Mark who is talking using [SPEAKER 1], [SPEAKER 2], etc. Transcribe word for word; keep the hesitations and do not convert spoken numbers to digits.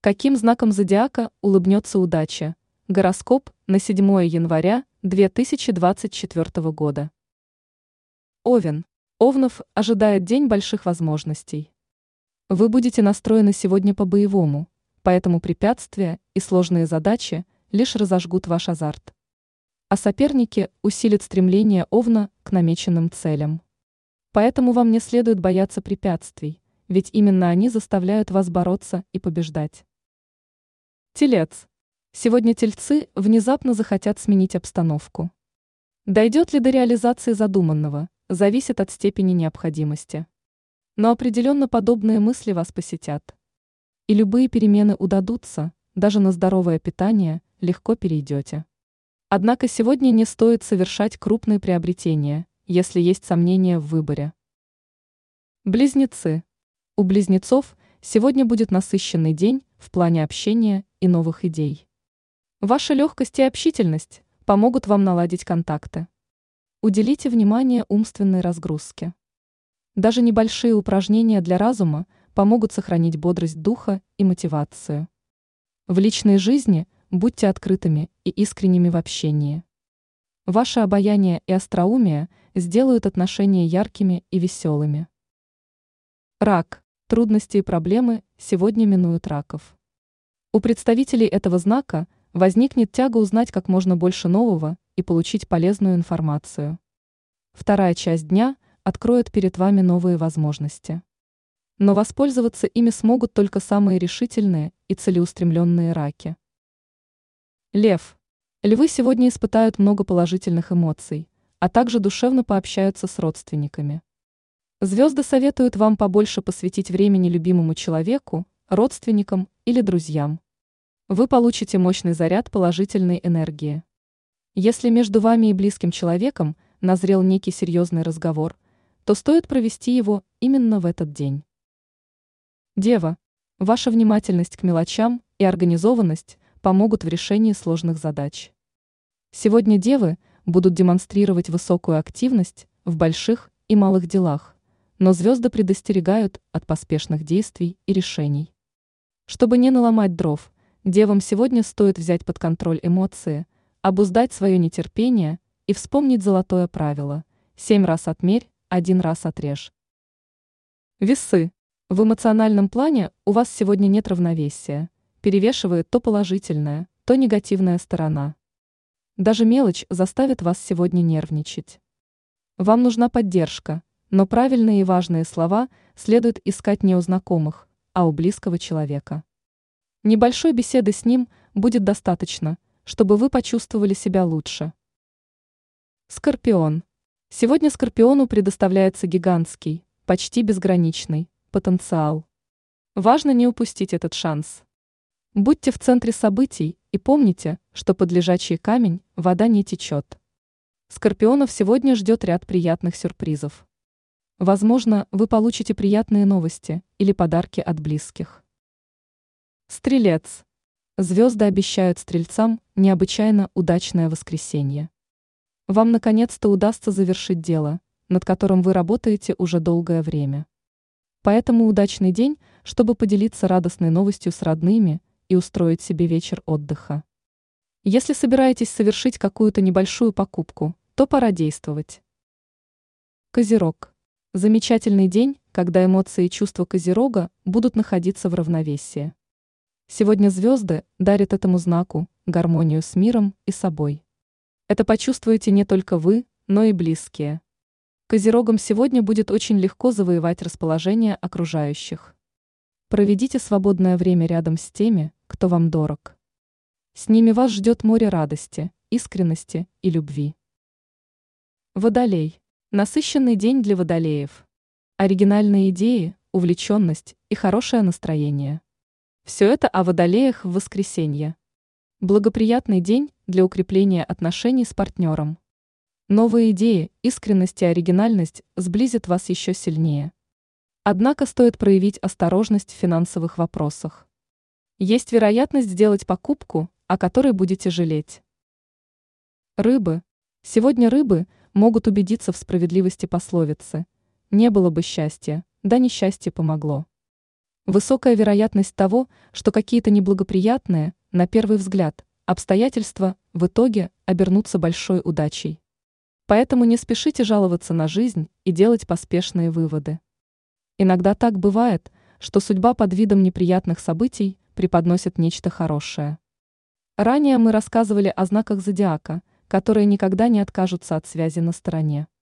[SPEAKER 1] Каким знаком зодиака улыбнется удача? Гороскоп на седьмое января две тысячи двадцать четвёртого года. Овен. Овнов ожидает день больших возможностей. Вы будете настроены сегодня по-боевому, поэтому препятствия и сложные задачи лишь разожгут ваш азарт. А соперники усилят стремление Овна к намеченным целям. Поэтому вам не следует бояться препятствий, ведь именно они заставляют вас бороться и побеждать. Телец. Сегодня тельцы внезапно захотят сменить обстановку. Дойдет ли до реализации задуманного, зависит от степени необходимости. Но определенно подобные мысли вас посетят. И любые перемены удадутся, даже на здоровое питание легко перейдете. Однако сегодня не стоит совершать крупные приобретения, если есть сомнения в выборе. Близнецы. У близнецов сегодня будет насыщенный день в плане общения и новых идей. Ваша легкость и общительность помогут вам наладить контакты. Уделите внимание умственной разгрузке. Даже небольшие упражнения для разума помогут сохранить бодрость духа и мотивацию. В личной жизни будьте открытыми и искренними в общении. Ваше обаяние и остроумие сделают отношения яркими и веселыми. Рак. Трудности и проблемы сегодня минуют раков. У представителей этого знака возникнет тяга узнать как можно больше нового и получить полезную информацию. Вторая часть дня откроет перед вами новые возможности. Но воспользоваться ими смогут только самые решительные и целеустремленные раки. Лев. Львы сегодня испытают много положительных эмоций, а также душевно пообщаются с родственниками. Звезды советуют вам побольше посвятить времени любимому человеку, родственникам или друзьям. Вы получите мощный заряд положительной энергии. Если между вами и близким человеком назрел некий серьезный разговор, то стоит провести его именно в этот день. Дева. Ваша внимательность к мелочам и организованность помогут в решении сложных задач. Сегодня девы будут демонстрировать высокую активность в больших и малых делах, но звезды предостерегают от поспешных действий и решений. Чтобы не наломать дров, девам сегодня стоит взять под контроль эмоции, обуздать свое нетерпение и вспомнить золотое правило: семь раз отмерь, один раз отрежь. Весы. В эмоциональном плане у вас сегодня нет равновесия, перевешивает то положительная, то негативная сторона. Даже мелочь заставит вас сегодня нервничать. Вам нужна поддержка, но правильные и важные слова следует искать не у знакомых, а у близкого человека. Небольшой беседы с ним будет достаточно, чтобы вы почувствовали себя лучше. Скорпион. Сегодня Скорпиону предоставляется гигантский, почти безграничный потенциал. Важно не упустить этот шанс. Будьте в центре событий и помните, что под лежачий камень вода не течет. Скорпионов сегодня ждет ряд приятных сюрпризов. Возможно, вы получите приятные новости или подарки от близких. Стрелец. Звезды обещают стрельцам необычайно удачное воскресенье. Вам наконец-то удастся завершить дело, над которым вы работаете уже долгое время. Поэтому удачный день, чтобы поделиться радостной новостью с родными и устроить себе вечер отдыха. Если собираетесь совершить какую-то небольшую покупку, то пора действовать. Козерог. Замечательный день, когда эмоции и чувства Козерога будут находиться в равновесии. Сегодня звезды дарят этому знаку гармонию с миром и собой. Это почувствуете не только вы, но и близкие. Козерогам сегодня будет очень легко завоевать расположение окружающих. Проведите свободное время рядом с теми, кто вам дорог. С ними вас ждет море радости, искренности и любви. Водолей. Насыщенный день для водолеев. Оригинальные идеи, увлеченность и хорошее настроение. Все это о водолеях в воскресенье. Благоприятный день для укрепления отношений с партнером. Новые идеи, искренность и оригинальность сблизят вас еще сильнее. Однако стоит проявить осторожность в финансовых вопросах. Есть вероятность сделать покупку, о которой будете жалеть. Рыбы. Сегодня рыбы могут убедиться в справедливости пословицы: «Не было бы счастья, да несчастье помогло». Высокая вероятность того, что какие-то неблагоприятные, на первый взгляд, обстоятельства в итоге обернутся большой удачей. Поэтому не спешите жаловаться на жизнь и делать поспешные выводы. Иногда так бывает, что судьба под видом неприятных событий преподносит нечто хорошее. Ранее мы рассказывали о знаках зодиака, которые никогда не откажутся от связи на стороне.